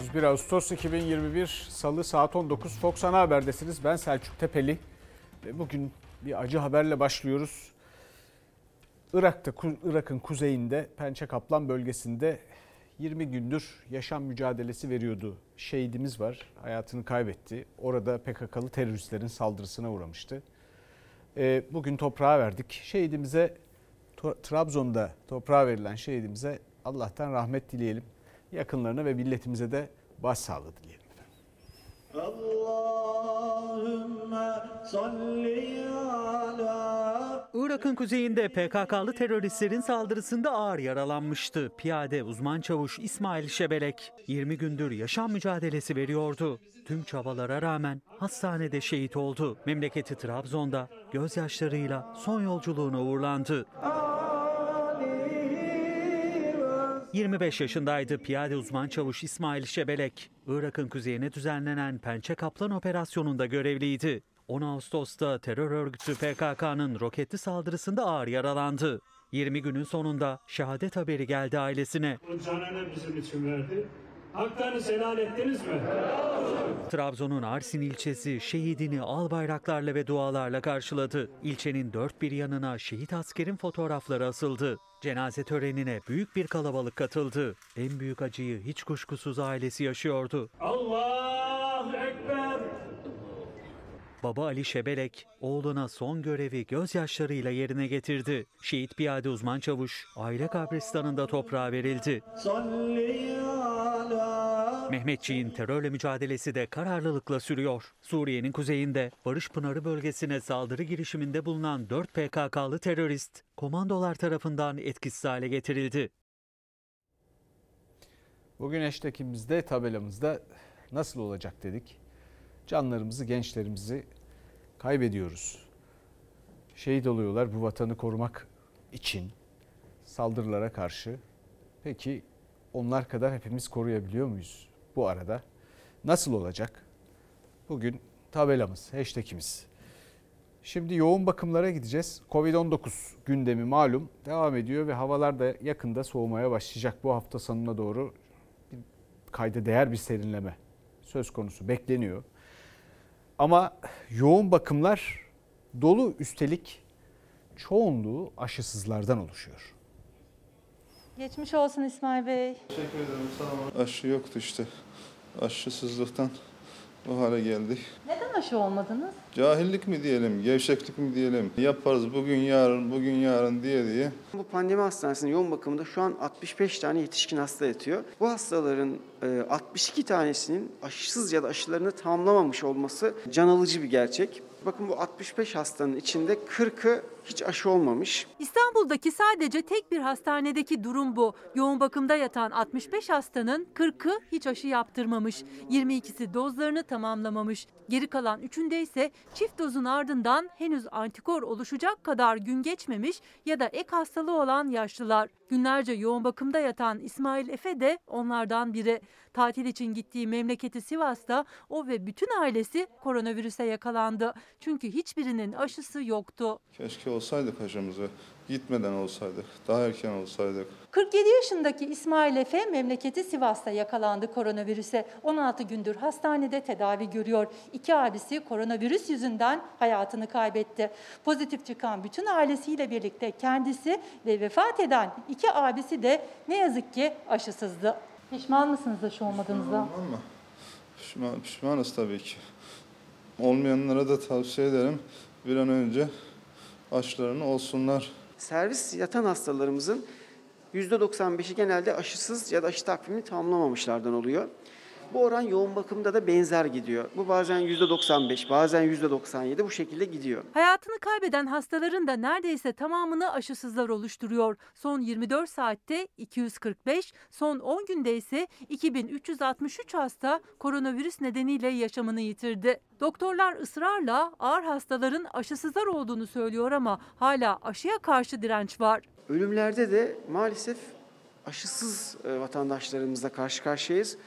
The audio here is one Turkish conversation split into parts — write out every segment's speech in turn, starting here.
31 Ağustos 2021 Salı saat 19 Fox Ana Haber'desiniz. Ben Selçuk Tepeli ve bugün bir acı haberle başlıyoruz. Irak'ın kuzeyinde Pençe Kaplan bölgesinde 20 gündür yaşam mücadelesi veriyordu. Şehidimiz var, hayatını kaybetti. Orada PKK'lı teröristlerin saldırısına uğramıştı. Bugün toprağa verdik. Şehidimize, Trabzon'da toprağa verilen şehidimize Allah'tan rahmet dileyelim. Yakınlarına ve milletimize de başsağlığı dileyelim. Irak'ın kuzeyinde PKK'lı teröristlerin saldırısında ağır yaralanmıştı. Piyade uzman çavuş İsmail Şebelek 20 gündür yaşam mücadelesi veriyordu. Tüm çabalara rağmen hastanede şehit oldu. Memleketi Trabzon'da gözyaşlarıyla son yolculuğuna uğurlandı. 25 yaşındaydı piyade uzman çavuş İsmail Şebelek. Irak'ın kuzeyine düzenlenen Pençe Kaplan operasyonunda görevliydi. 10 Ağustos'ta terör örgütü PKK'nın roketli saldırısında ağır yaralandı. 20 günün sonunda şehadet haberi geldi ailesine. O canını bizim için verdi. Haklarınızı helal ettiniz mi? Trabzon'un Arsin ilçesi şehidini al bayraklarla ve dualarla karşıladı. İlçenin dört bir yanına şehit askerin fotoğrafları asıldı. Cenaze törenine büyük bir kalabalık katıldı. En büyük acıyı hiç kuşkusuz ailesi yaşıyordu. Allahu Ekber. Baba Ali Şebelek oğluna son görevi gözyaşlarıyla yerine getirdi. Şehit piyade uzman çavuş aile kabristanında toprağa verildi. Mehmetçiğin terörle mücadelesi de kararlılıkla sürüyor. Suriye'nin kuzeyinde Barış Pınarı bölgesine saldırı girişiminde bulunan 4 PKK'lı terörist komandolar tarafından etkisiz hale getirildi. Bugün hashtag'imizde, tabelamızda nasıl olacak dedik. Canlarımızı, gençlerimizi kaybediyoruz. Şehit oluyorlar bu vatanı korumak için saldırılara karşı. Peki onlar kadar hepimiz koruyabiliyor muyuz bu arada? Nasıl olacak? Bugün tabelamız, hashtag'imiz. Şimdi yoğun bakımlara gideceğiz. Covid-19 gündemi malum devam ediyor ve havalar da yakında soğumaya başlayacak. Bu hafta sonuna doğru kayda değer bir serinleme söz konusu bekleniyor. Ama yoğun bakımlar dolu, üstelik çoğunluğu aşısızlardan oluşuyor. Geçmiş olsun İsmail Bey. Teşekkür ederim, sağ olun. Aşı yoktu işte. Aşısızlıktan bu hale geldik. Neden aşı olmadınız? Cahillik mi diyelim, gevşeklik mi diyelim? Yaparız bugün yarın diye. Bu pandemi hastanesinin yoğun bakımında şu an 65 tane yetişkin hasta yatıyor. Bu hastaların 62 tanesinin aşısız ya da aşılarını tamamlamamış olması can alıcı bir gerçek. Bakın bu 65 hastanın içinde 40'ı hiç aşı olmamış. İstanbul'daki sadece tek bir hastanedeki durum bu. Yoğun bakımda yatan 65 hastanın 40'ı hiç aşı yaptırmamış. 22'si dozlarını tamamlamamış. Geri kalan 3'ünde ise çift dozun ardından henüz antikor oluşacak kadar gün geçmemiş ya da ek hastalığı olan yaşlılar. Günlerce yoğun bakımda yatan İsmail Efe de onlardan biri. Tatil için gittiği memleketi Sivas'ta o ve bütün ailesi koronavirüse yakalandı. Çünkü hiçbirinin aşısı yoktu. Keşke olsaydık aşımızı. Gitmeden olsaydık, daha erken olsaydık. 47 yaşındaki İsmail Efe memleketi Sivas'ta yakalandı koronavirüse. 16 gündür hastanede tedavi görüyor. 2 abisi koronavirüs yüzünden hayatını kaybetti. Pozitif çıkan bütün ailesiyle birlikte kendisi ve vefat eden 2 abisi de ne yazık ki aşısızdı. Pişman mısınız aşı olmadığınızda? Pişmanız tabii ki. Olmayanlara da tavsiye ederim. Bir an önce aşılarını olsunlar. Servis yatan hastalarımızın %95'i genelde aşısız ya da aşı takvimini tamamlamamışlardan oluyor. Bu oran yoğun bakımda da benzer gidiyor. Bu bazen %95, bazen %97 bu şekilde gidiyor. Hayatını kaybeden hastaların da neredeyse tamamını aşısızlar oluşturuyor. Son 24 saatte 245, son 10 günde ise 2363 hasta koronavirüs nedeniyle yaşamını yitirdi. Doktorlar ısrarla ağır hastaların aşısızlar olduğunu söylüyor ama hala aşıya karşı direnç var. Ölümlerde de maalesef aşısız vatandaşlarımızla karşı karşıyayız.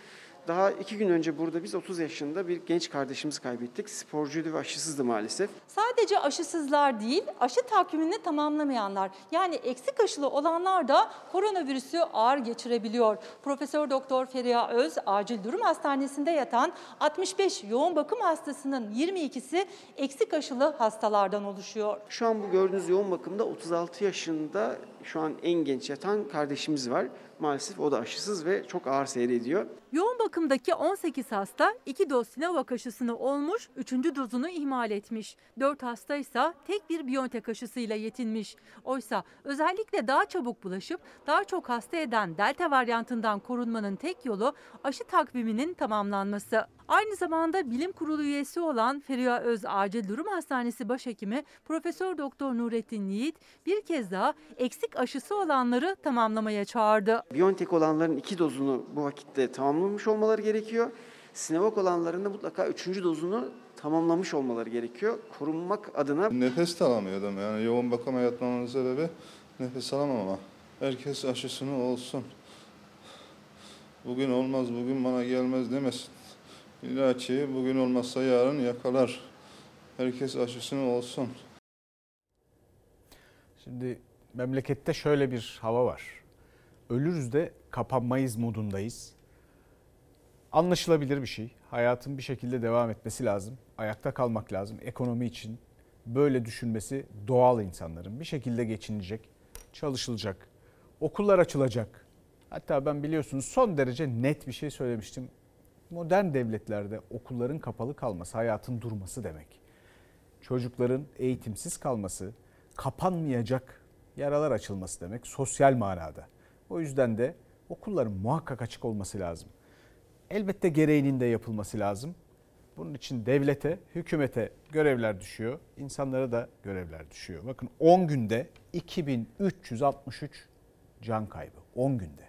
Daha 2 gün önce burada biz 30 yaşında bir genç kardeşimizi kaybettik. Sporcuydu ve aşısızdı maalesef. Sadece aşısızlar değil, aşı takvimini tamamlamayanlar, yani eksik aşılı olanlar da koronavirüsü ağır geçirebiliyor. Profesör Doktor Feriha Öz, Acil Durum Hastanesi'nde yatan 65 yoğun bakım hastasının 22'si eksik aşılı hastalardan oluşuyor. Şu an bu gördüğünüz yoğun bakımda 36 yaşında şu an en genç yatan kardeşimiz var. Maalesef o da aşısız ve çok ağır seyrediyor. Yoğun bakımdaki 18 hasta 2 doz Sinovac aşısını olmuş, 3. dozunu ihmal etmiş. 4 hasta ise tek bir BioNTech aşısıyla yetinmiş. Oysa özellikle daha çabuk bulaşıp daha çok hasta eden Delta varyantından korunmanın tek yolu aşı takviminin tamamlanması. Aynı zamanda Bilim Kurulu üyesi olan Feriha Öz Acil Durum Hastanesi Başhekimi Profesör Doktor Nurettin Yiğit bir kez daha eksik aşısı olanları tamamlamaya çağırdı. BioNTech olanların 2 dozunu bu vakitte tamamlamış olmaları gerekiyor. Sinovac olanların da mutlaka 3. dozunu tamamlamış olmaları gerekiyor. Korunmak adına. Nefes de alamıyordum yani yoğun bakıma yatmamın sebebi nefes alamama. Herkes aşısını olsun. Bugün olmaz, bugün bana gelmez demesin. İlaçı bugün olmazsa yarın yakalar. Herkes aşısını olsun. Şimdi memlekette şöyle bir hava var. Ölürüz de kapanmayız modundayız. Anlaşılabilir bir şey. Hayatın bir şekilde devam etmesi lazım. Ayakta kalmak lazım. Ekonomi için böyle düşünmesi doğal insanların. Bir şekilde geçinilecek, çalışılacak, okullar açılacak. Hatta ben biliyorsunuz son derece net bir şey söylemiştim. Modern devletlerde okulların kapalı kalması, hayatın durması demek. Çocukların eğitimsiz kalması, kapanmayacak yaralar açılması demek sosyal manada. O yüzden de okulların muhakkak açık olması lazım. Elbette gereğinin de yapılması lazım. Bunun için devlete, hükümete görevler düşüyor, insanlara da görevler düşüyor. Bakın 10 günde 2363 can kaybı, 10 günde.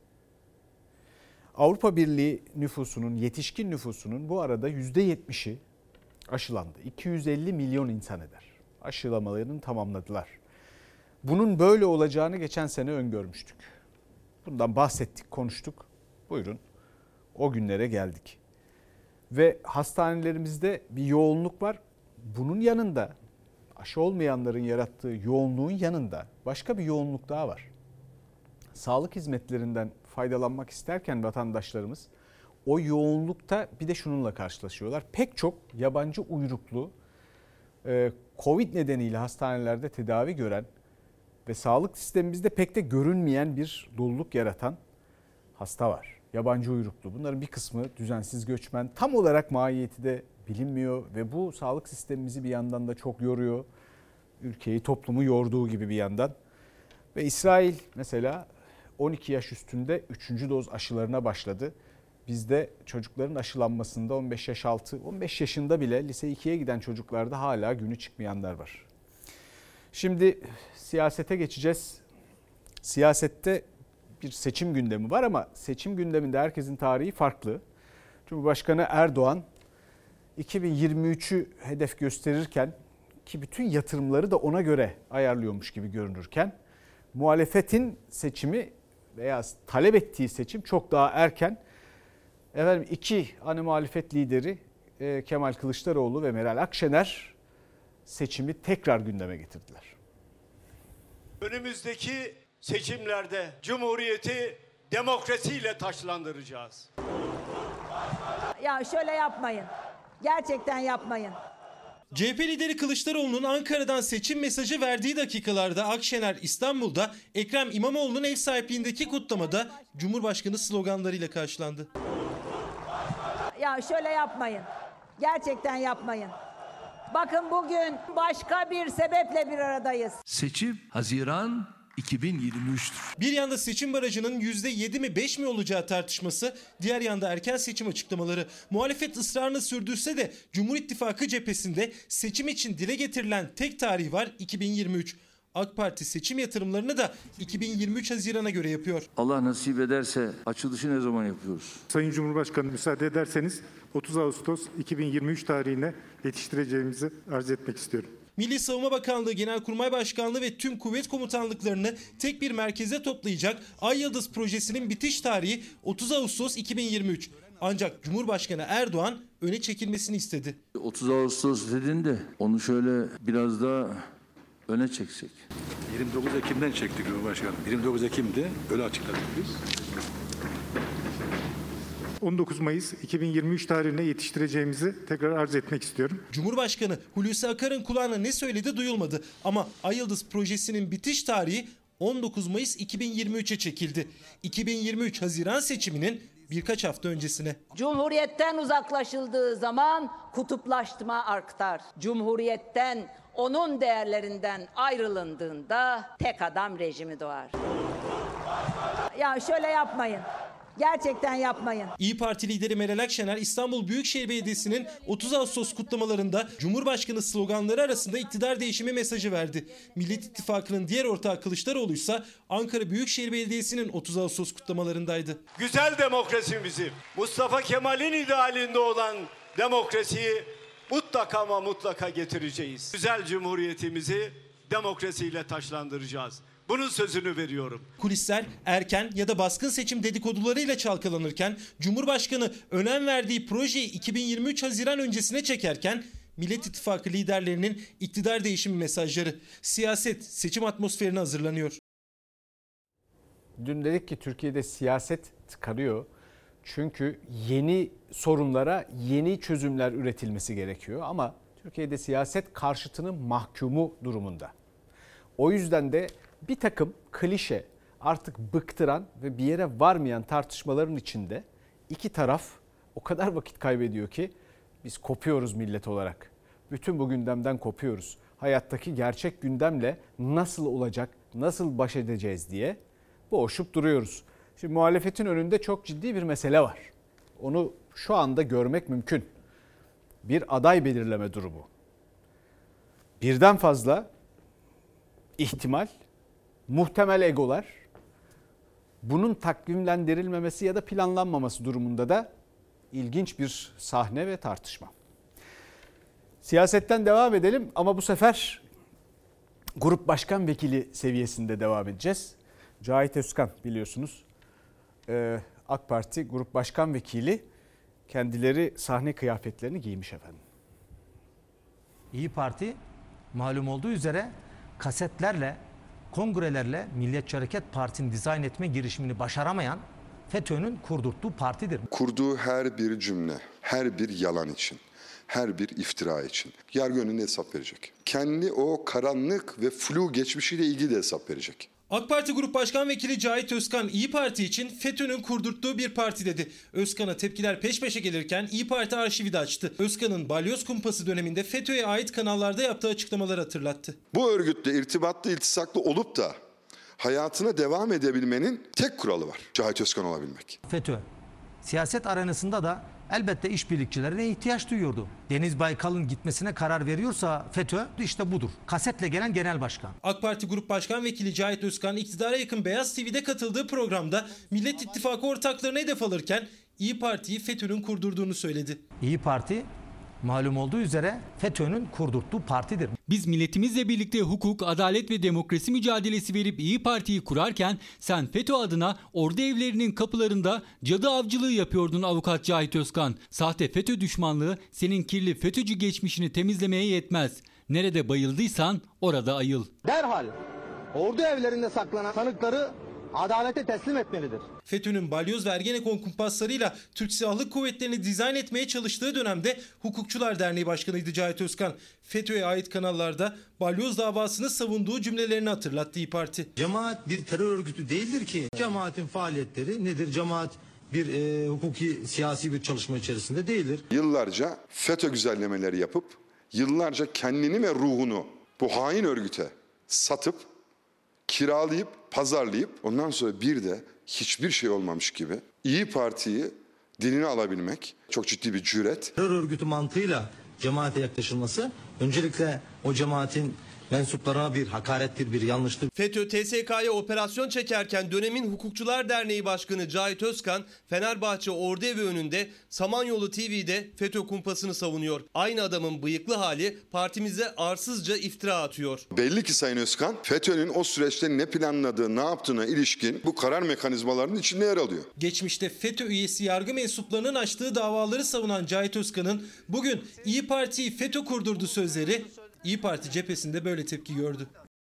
Avrupa Birliği nüfusunun, yetişkin nüfusunun bu arada %70'i aşılandı. 250 milyon insan eder. Aşılamalarını tamamladılar. Bunun böyle olacağını geçen sene öngörmüştük. Bundan bahsettik, konuştuk. Buyurun o günlere geldik. Ve hastanelerimizde bir yoğunluk var. Bunun yanında aşı olmayanların yarattığı yoğunluğun yanında başka bir yoğunluk daha var. Sağlık hizmetlerinden faydalanmak isterken vatandaşlarımız o yoğunlukta bir de şununla karşılaşıyorlar. Pek çok yabancı uyruklu Covid nedeniyle hastanelerde tedavi gören ve sağlık sistemimizde pek de görünmeyen bir doluluk yaratan hasta var. Yabancı uyruklu. Bunların bir kısmı düzensiz göçmen. Tam olarak mahiyeti de bilinmiyor ve bu sağlık sistemimizi bir yandan da çok yoruyor. Ülkeyi, toplumu yorduğu gibi bir yandan. Ve İsrail mesela 12 yaş üstünde 3. doz aşılarına başladı. Bizde çocukların aşılanmasında 15 yaş altı, 15 yaşında bile lise 2'ye giden çocuklarda hala günü çıkmayanlar var. Şimdi siyasete geçeceğiz. Siyasette bir seçim gündemi var ama seçim gündeminde herkesin tarihi farklı. Cumhurbaşkanı Erdoğan 2023'ü hedef gösterirken ki bütün yatırımları da ona göre ayarlıyormuş gibi görünürken muhalefetin seçimi veya talep ettiği seçim çok daha erken. Efendim iki ana muhalefet lideri Kemal Kılıçdaroğlu ve Meral Akşener seçimi tekrar gündeme getirdiler. Önümüzdeki seçimlerde Cumhuriyeti demokrasiyle taçlandıracağız. Ya şöyle yapmayın. Gerçekten yapmayın. CHP lideri Kılıçdaroğlu'nun Ankara'dan seçim mesajı verdiği dakikalarda Akşener İstanbul'da Ekrem İmamoğlu'nun ev sahipliğindeki kutlamada Cumhurbaşkanı sloganlarıyla karşılandı. Ya şöyle yapmayın. Gerçekten yapmayın. Bakın bugün başka bir sebeple bir aradayız. Seçim Haziran 2023'tür. Bir yanda seçim barajının %7 mi 5 mi olacağı tartışması, diğer yanda erken seçim açıklamaları. Muhalefet ısrarını sürdürse de Cumhur İttifakı cephesinde seçim için dile getirilen tek tarih var, 2023. AK Parti seçim yatırımlarını da 2023 Haziran'a göre yapıyor. Allah nasip ederse açılışı ne zaman yapıyoruz? Sayın Cumhurbaşkanı müsaade ederseniz 30 Ağustos 2023 tarihine yetiştireceğimizi arz etmek istiyorum. Milli Savunma Bakanlığı, Genelkurmay Başkanlığı ve tüm kuvvet komutanlıklarını tek bir merkeze toplayacak Ay Yıldız projesinin bitiş tarihi 30 Ağustos 2023. Ancak Cumhurbaşkanı Erdoğan öne çekilmesini istedi. 30 Ağustos dediğinde onu şöyle biraz daha öne çeksek. 29 Ekim'den çektik Cumhurbaşkanı. 29 Ekim'de öyle açıkladık biz. 19 Mayıs 2023 tarihine yetiştireceğimizi tekrar arz etmek istiyorum. Cumhurbaşkanı Hulusi Akar'ın kulağına ne söyledi duyulmadı. Ama Ay Yıldız projesinin bitiş tarihi 19 Mayıs 2023'e çekildi. 2023 Haziran seçiminin birkaç hafta öncesine. Cumhuriyetten uzaklaşıldığı zaman kutuplaşma artar. Cumhuriyetten, onun değerlerinden ayrılındığında tek adam rejimi doğar. Ya şöyle yapmayın. Gerçekten yapmayın. İYİ Parti lideri Meral Akşener İstanbul Büyükşehir Belediyesi'nin 30 Ağustos kutlamalarında Cumhurbaşkanı sloganları arasında iktidar değişimi mesajı verdi. Millet İttifakı'nın diğer ortağı Kılıçdaroğlu ise Ankara Büyükşehir Belediyesi'nin 30 Ağustos kutlamalarındaydı. Güzel demokrasimizi, Mustafa Kemal'in idealinde olan demokrasiyi mutlaka ama mutlaka getireceğiz. Güzel cumhuriyetimizi demokrasiyle taçlandıracağız. Bunun sözünü veriyorum. Kulisler erken ya da baskın seçim dedikodularıyla çalkalanırken Cumhurbaşkanı önem verdiği projeyi 2023 Haziran öncesine çekerken Millet İttifakı liderlerinin iktidar değişimi mesajları, siyaset seçim atmosferine hazırlanıyor. Dün dedik ki Türkiye'de siyaset tıkanıyor. Çünkü yeni sorunlara yeni çözümler üretilmesi gerekiyor. Ama Türkiye'de siyaset karşıtının mahkumu durumunda. O yüzden de bir takım klişe, artık bıktıran ve bir yere varmayan tartışmaların içinde iki taraf o kadar vakit kaybediyor ki biz kopuyoruz millet olarak. Bütün bu gündemden kopuyoruz. Hayattaki gerçek gündemle nasıl olacak, nasıl baş edeceğiz diye boğuşup duruyoruz. Şimdi muhalefetin önünde çok ciddi bir mesele var. Onu şu anda görmek mümkün. Bir aday belirleme durumu. Birden fazla ihtimal, muhtemel egolar, bunun takvimlendirilmemesi ya da planlanmaması durumunda da ilginç bir sahne ve tartışma. Siyasetten devam edelim ama bu sefer grup başkan vekili seviyesinde devam edeceğiz. Cahit Özkan biliyorsunuz AK Parti grup başkan vekili, kendileri sahne kıyafetlerini giymiş efendim. İYİ Parti malum olduğu üzere kasetlerle, kongrelerle Milliyetçi Hareket Partisi'ni dizayn etme girişimini başaramayan FETÖ'nün kurdurttuğu partidir. Kurduğu her bir cümle, her bir yalan için, her bir iftira için yargı önünde hesap verecek. Kendi o karanlık ve flu geçmişiyle ilgili de hesap verecek. AK Parti Grup Başkan Vekili Cahit Özkan, İYİ Parti için FETÖ'nün kurdurttuğu bir parti dedi. Özkan'a tepkiler peş peşe gelirken İYİ Parti arşivi de açtı. Özkan'ın balyoz kumpası döneminde FETÖ'ye ait kanallarda yaptığı açıklamaları hatırlattı. Bu örgütle irtibatlı, iltisaklı olup da hayatına devam edebilmenin tek kuralı var. Cahit Özkan olabilmek. FETÖ siyaset arenasında da elbette işbirlikçilerine ihtiyaç duyuyordu. Deniz Baykal'ın gitmesine karar veriyorsa FETÖ işte budur. Kasetle gelen genel başkan. AK Parti Grup Başkan Vekili Cahit Özkan iktidara yakın Beyaz TV'de katıldığı programda Millet İttifakı ortaklarına hedef alırken İYİ Parti'yi FETÖ'nün kurdurduğunu söyledi. İYİ Parti malum olduğu üzere FETÖ'nün kurdurttuğu partidir. Biz milletimizle birlikte hukuk, adalet ve demokrasi mücadelesi verip İYİ Parti'yi kurarken sen FETÖ adına ordu evlerinin kapılarında cadı avcılığı yapıyordun avukat Cahit Özkan. Sahte FETÖ düşmanlığı senin kirli FETÖ'cü geçmişini temizlemeye yetmez. Nerede bayıldıysan orada ayıl. Derhal ordu evlerinde saklanan sanıkları adalete teslim etmelidir. FETÖ'nün balyoz ve Ergenekon kumpaslarıyla Türk Silahlı Kuvvetleri'ni dizayn etmeye çalıştığı dönemde Hukukçular Derneği Başkanıydı Cahit Özkan. FETÖ'ye ait kanallarda balyoz davasını savunduğu cümlelerini hatırlattı İYİ Parti. Cemaat bir terör örgütü değildir ki. Cemaatin faaliyetleri nedir? Cemaat bir hukuki, siyasi bir çalışma içerisinde değildir. Yıllarca FETÖ güzellemeleri yapıp, yıllarca kendini ve ruhunu bu hain örgüte satıp, kiralayıp, pazarlayıp ondan sonra bir de hiçbir şey olmamış gibi İYİ Parti'yi diline alabilmek çok ciddi bir cüret. Terör örgütü mantığıyla cemaate yaklaşılması öncelikle o cemaatin mensuplara bir hakarettir, bir yanlıştır. FETÖ TSK'ya operasyon çekerken dönemin Hukukçular Derneği Başkanı Cahit Özkan, Fenerbahçe Orduevi önünde Samanyolu TV'de FETÖ kumpasını savunuyor. Aynı adamın bıyıklı hali partimize arsızca iftira atıyor. Belli ki Sayın Özkan, FETÖ'nün o süreçte ne planladığı, ne yaptığına ilişkin bu karar mekanizmalarının içinde yer alıyor. Geçmişte FETÖ üyesi yargı mensuplarının açtığı davaları savunan Cahit Özkan'ın bugün İYİ Parti'yi FETÖ kurdurdu sözleri İYİ Parti cephesinde böyle tepki gördü.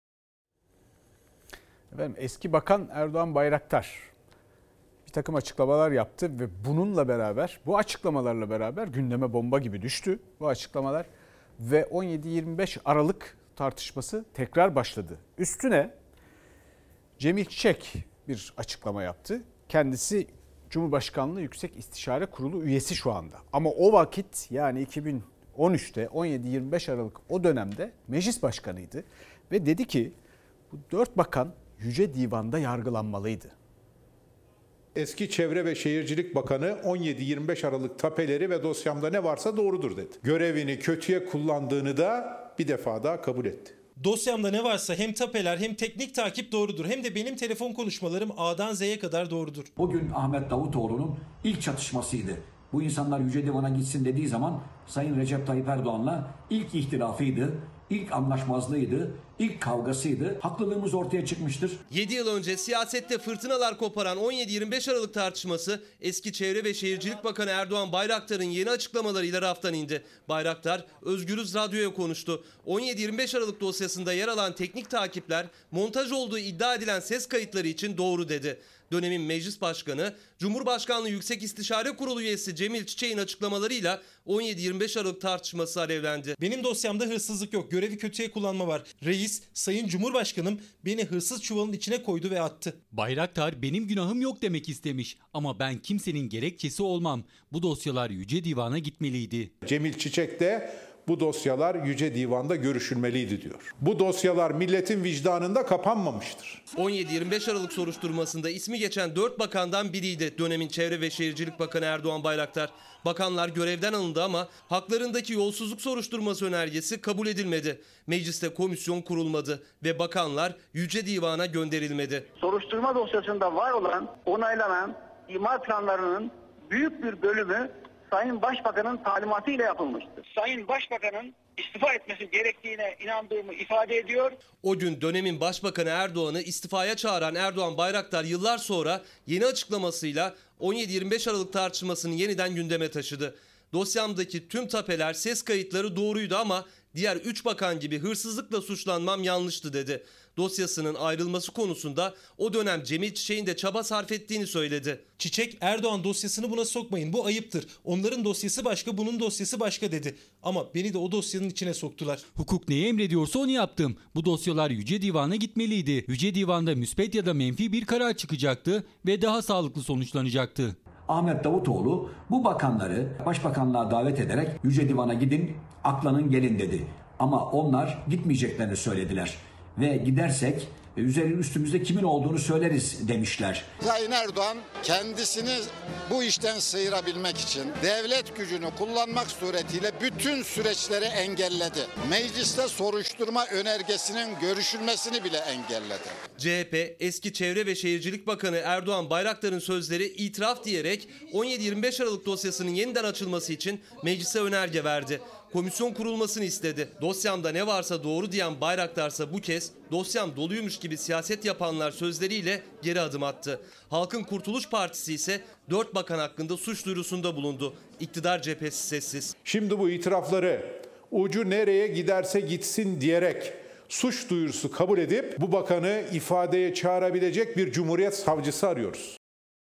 Efendim, eski Bakan Erdoğan Bayraktar bir takım açıklamalar yaptı ve bununla beraber, bu açıklamalarla beraber gündeme bomba gibi düştü bu açıklamalar ve 17-25 Aralık tartışması tekrar başladı. Üstüne Cemil Çiçek bir açıklama yaptı. Kendisi Cumhurbaşkanlığı Yüksek İstişare Kurulu üyesi şu anda. Ama o vakit, yani 2013'te 17-25 Aralık o dönemde meclis başkanıydı. Ve dedi ki bu 4 bakan Yüce Divan'da yargılanmalıydı. Eski Çevre ve Şehircilik Bakanı 17-25 Aralık tapeleri ve dosyamda ne varsa doğrudur dedi. Görevini kötüye kullandığını da bir defa daha kabul etti. Dosyamda ne varsa hem tapeler hem teknik takip doğrudur, hem de benim telefon konuşmalarım A'dan Z'ye kadar doğrudur. Bugün Ahmet Davutoğlu'nun ilk çatışmasıydı. Bu insanlar Yüce Divan'a gitsin dediği zaman Sayın Recep Tayyip Erdoğan'la ilk ihtilafıydı, ilk anlaşmazlığıydı, ilk kavgasıydı. Haklılığımız ortaya çıkmıştır. 7 yıl önce siyasette fırtınalar koparan 17-25 Aralık tartışması eski Çevre ve Şehircilik Bakanı Erdoğan Bayraktar'ın yeni açıklamalarıyla raftan indi. Bayraktar Özgürüz Radyo'ya konuştu. 17-25 Aralık dosyasında yer alan teknik takipler montaj olduğu iddia edilen ses kayıtları için doğru dedi. Dönemin meclis başkanı, Cumhurbaşkanlığı Yüksek İstişare Kurulu üyesi Cemil Çiçek'in açıklamalarıyla 17-25 Aralık tartışması alevlendi. Benim dosyamda hırsızlık yok, görevi kötüye kullanma var. Reis, Sayın Cumhurbaşkanım beni hırsız çuvalın içine koydu ve attı. Bayraktar benim günahım yok demek istemiş ama ben kimsenin gerekçesi olmam. Bu dosyalar Yüce Divan'a gitmeliydi. Cemil Çiçek de bu dosyalar Yüce Divan'da görüşülmeliydi diyor. Bu dosyalar milletin vicdanında kapanmamıştır. 17-25 Aralık soruşturmasında ismi geçen 4 bakandan biriydi dönemin Çevre ve Şehircilik Bakanı Erdoğan Bayraktar. Bakanlar görevden alındı ama haklarındaki yolsuzluk soruşturması önergesi kabul edilmedi. Mecliste komisyon kurulmadı ve bakanlar Yüce Divan'a gönderilmedi. Soruşturma dosyasında var olan, onaylanan imar planlarının büyük bir bölümü Sayın Başbakan'ın talimatıyla yapılmıştır. Sayın Başbakan'ın istifa etmesi gerektiğine inandığımı ifade ediyor. O gün dönemin Başbakanı Erdoğan'ı istifaya çağıran Erdoğan Bayraktar yıllar sonra yeni açıklamasıyla 17-25 Aralık tartışmasını yeniden gündeme taşıdı. Dosyamdaki tüm tapeler, ses kayıtları doğruydu ama diğer 3 bakan gibi hırsızlıkla suçlanmam yanlıştı dedi. Dosyasının ayrılması konusunda o dönem Cemil Çiçek'in de çaba sarf ettiğini söyledi. Çiçek, Erdoğan dosyasını buna sokmayın, bu ayıptır. Onların dosyası başka, bunun dosyası başka dedi. Ama beni de o dosyanın içine soktular. Hukuk neyi emrediyorsa onu yaptım. Bu dosyalar Yüce Divan'a gitmeliydi. Yüce Divan'da müspet ya da menfi bir karar çıkacaktı ve daha sağlıklı sonuçlanacaktı. Ahmet Davutoğlu bu bakanları başbakanlığa davet ederek Yüce Divan'a gidin, aklanın gelin dedi. Ama onlar gitmeyeceklerini söylediler. Ve gidersek üstümüzde kimin olduğunu söyleriz demişler. Sayın Erdoğan kendisini bu işten sıyırabilmek için devlet gücünü kullanmak suretiyle bütün süreçleri engelledi. Mecliste soruşturma önergesinin görüşülmesini bile engelledi. CHP eski Çevre ve Şehircilik Bakanı Erdoğan Bayraktar'ın sözleri itiraf diyerek 17-25 Aralık dosyasının yeniden açılması için meclise önerge verdi. Komisyon kurulmasını istedi. Dosyamda ne varsa doğru diyen Bayraktar'sa bu kez dosyam doluymuş gibi siyaset yapanlar sözleriyle geri adım attı. Halkın Kurtuluş Partisi ise 4 bakan hakkında suç duyurusunda bulundu. İktidar cephesi sessiz. Şimdi bu itirafları ucu nereye giderse gitsin diyerek suç duyurusu kabul edip bu bakanı ifadeye çağırabilecek bir Cumhuriyet savcısı arıyoruz.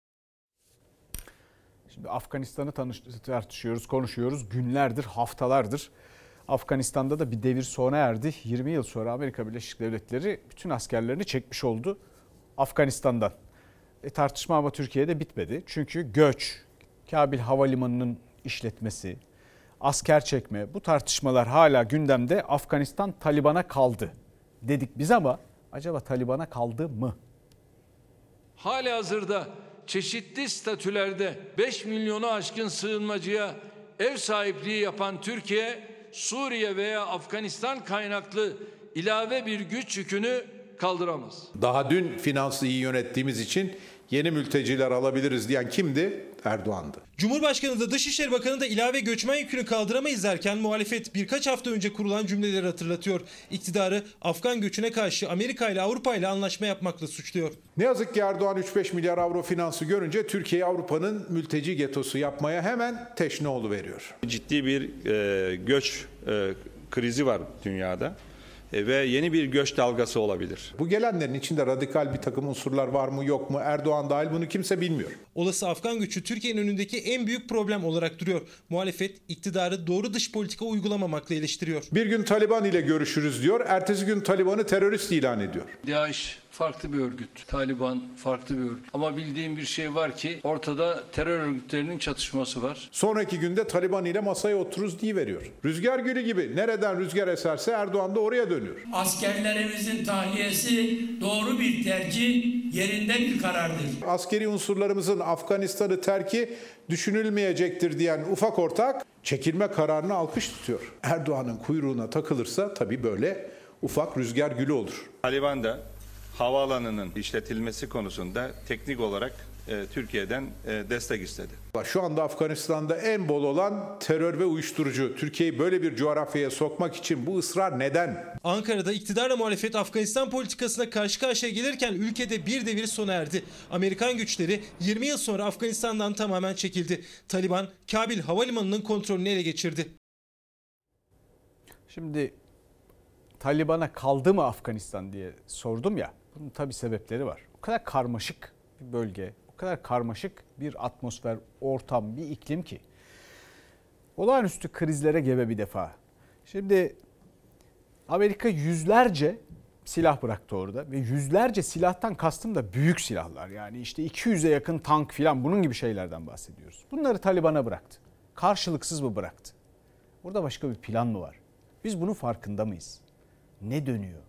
Şimdi Afganistan'ı tartışıyoruz, konuşuyoruz. Günlerdir, haftalardır. Afganistan'da da bir devir sona erdi. 20 yıl sonra Amerika Birleşik Devletleri bütün askerlerini çekmiş oldu Afganistan'dan. Tartışma ama Türkiye'de bitmedi. Çünkü göç, Kabil Havalimanı'nın işletmesi, asker çekme, bu tartışmalar hala gündemde. Afganistan Taliban'a kaldı dedik biz ama acaba Taliban'a kaldı mı? Halihazırda çeşitli statülerde 5 milyonu aşkın sığınmacıya ev sahipliği yapan Türkiye, Suriye veya Afganistan kaynaklı ilave bir güç yükünü kaldıramaz. Daha dün finansı iyi yönettiğimiz için yeni mülteciler alabiliriz diyen kimdi? Erdoğan'dı. Cumhurbaşkanı da Dışişleri Bakanı da ilave göçmen yükünü kaldıramayız derken muhalefet birkaç hafta önce kurulan cümleleri hatırlatıyor. İktidarı Afgan göçüne karşı Amerika ile Avrupa ile anlaşma yapmakla suçluyor. Ne yazık ki Erdoğan 3-5 milyar avro finansı görünce Türkiye'yi Avrupa'nın mülteci getosu yapmaya hemen teşne oluveriyor. Ciddi bir göç krizi var dünyada. Ve yeni bir göç dalgası olabilir. Bu gelenlerin içinde radikal bir takım unsurlar var mı yok mu? Erdoğan dahil bunu kimse bilmiyor. Olası Afgan göçü Türkiye'nin önündeki en büyük problem olarak duruyor. Muhalefet iktidarı doğru dış politika uygulamamakla eleştiriyor. Bir gün Taliban ile görüşürüz diyor. Ertesi gün Taliban'ı terörist ilan ediyor. DAEŞ farklı bir örgüt, Taliban farklı bir örgüt. Ama bildiğim bir şey var ki ortada terör örgütlerinin çatışması var. Sonraki günde Taliban ile masaya otururuz deyiveriyor. Rüzgar gülü gibi nereden rüzgar eserse Erdoğan da oraya dönüyor. Askerlerimizin tahliyesi doğru bir tercih, yerinde bir karardır. Askeri unsurlarımızın Afganistan'ı terki düşünülmeyecektir diyen ufak ortak çekilme kararını alkış tutuyor. Erdoğan'ın kuyruğuna takılırsa tabii böyle ufak rüzgar gülü olur. Taliban da havaalanının işletilmesi konusunda teknik olarak Türkiye'den destek istedi. Şu anda Afganistan'da en bol olan terör ve uyuşturucu. Türkiye'yi böyle bir coğrafyaya sokmak için bu ısrar neden? Ankara'da iktidarla muhalefet Afganistan politikasına karşı karşıya gelirken ülkede bir devir sona erdi. Amerikan güçleri 20 yıl sonra Afganistan'dan tamamen çekildi. Taliban Kabil Havalimanı'nın kontrolünü ele geçirdi. Şimdi Taliban'a kaldı mı Afganistan diye sordum ya. Bunun tabii sebepleri var. O kadar karmaşık bir bölge, o kadar karmaşık bir atmosfer, ortam, bir iklim ki. Olağanüstü krizlere gebe bir defa. Şimdi Amerika yüzlerce silah bıraktı orada ve yüzlerce silahtan kastım da büyük silahlar. Yani işte 200'e yakın tank filan bunun gibi şeylerden bahsediyoruz. Bunları Taliban'a bıraktı. Karşılıksız mı bıraktı? Orada başka bir plan mı var? Biz bunun farkında mıyız? Ne dönüyor?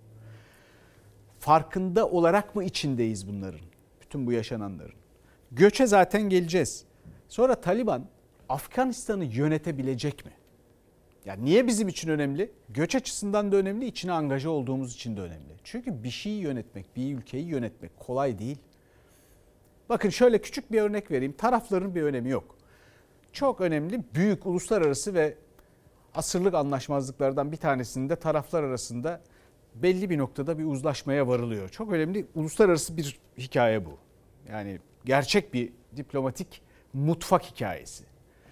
Farkında olarak mı içindeyiz bunların? Bütün bu yaşananların. Göçe zaten geleceğiz. Sonra Taliban Afganistan'ı yönetebilecek mi? Yani niye bizim için önemli? Göç açısından da önemli, içine angaja olduğumuz için de önemli. Çünkü bir şeyi yönetmek, bir ülkeyi yönetmek kolay değil. Bakın şöyle küçük bir örnek vereyim. Tarafların bir önemi yok. Çok önemli, büyük uluslararası ve asırlık anlaşmazlıklardan bir tanesinde taraflar arasında belli bir noktada bir uzlaşmaya varılıyor. Çok önemli uluslararası bir hikaye bu. Yani gerçek bir diplomatik mutfak hikayesi.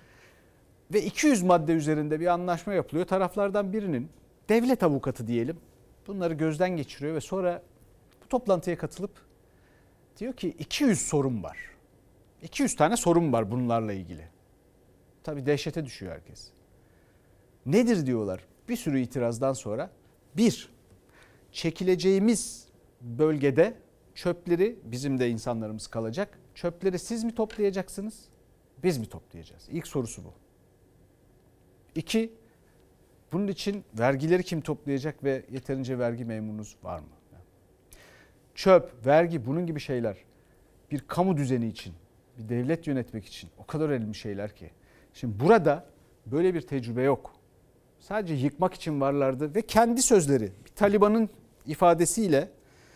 Ve 200 madde üzerinde bir anlaşma yapılıyor. Taraflardan birinin devlet avukatı diyelim bunları gözden geçiriyor ve sonra bu toplantıya katılıp diyor ki 200 sorun var. 200 tane sorun var bunlarla ilgili. Tabii dehşete düşüyor herkes. Nedir diyorlar bir sürü itirazdan sonra? Bir, çekileceğimiz bölgede çöpleri bizim de insanlarımız kalacak. Çöpleri siz mi toplayacaksınız? Biz mi toplayacağız? İlk sorusu bu. İki, bunun için vergileri kim toplayacak ve yeterince vergi memurunuz var mı? Çöp, vergi bunun gibi şeyler bir kamu düzeni için, bir devlet yönetmek için o kadar önemli şeyler ki. Şimdi burada böyle bir tecrübe yok. Sadece yıkmak için varlardı ve kendi sözleri bir Taliban'ın ifadesiyle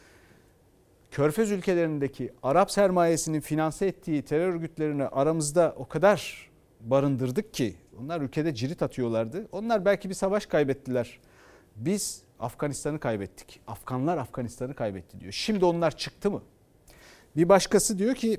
Körfez ülkelerindeki Arap sermayesinin finanse ettiği terör örgütlerini aramızda o kadar barındırdık ki onlar ülkede cirit atıyorlardı. Onlar belki bir savaş kaybettiler. Biz Afganistan'ı kaybettik. Afganlar Afganistan'ı kaybetti diyor. Şimdi onlar çıktı mı? Bir başkası diyor ki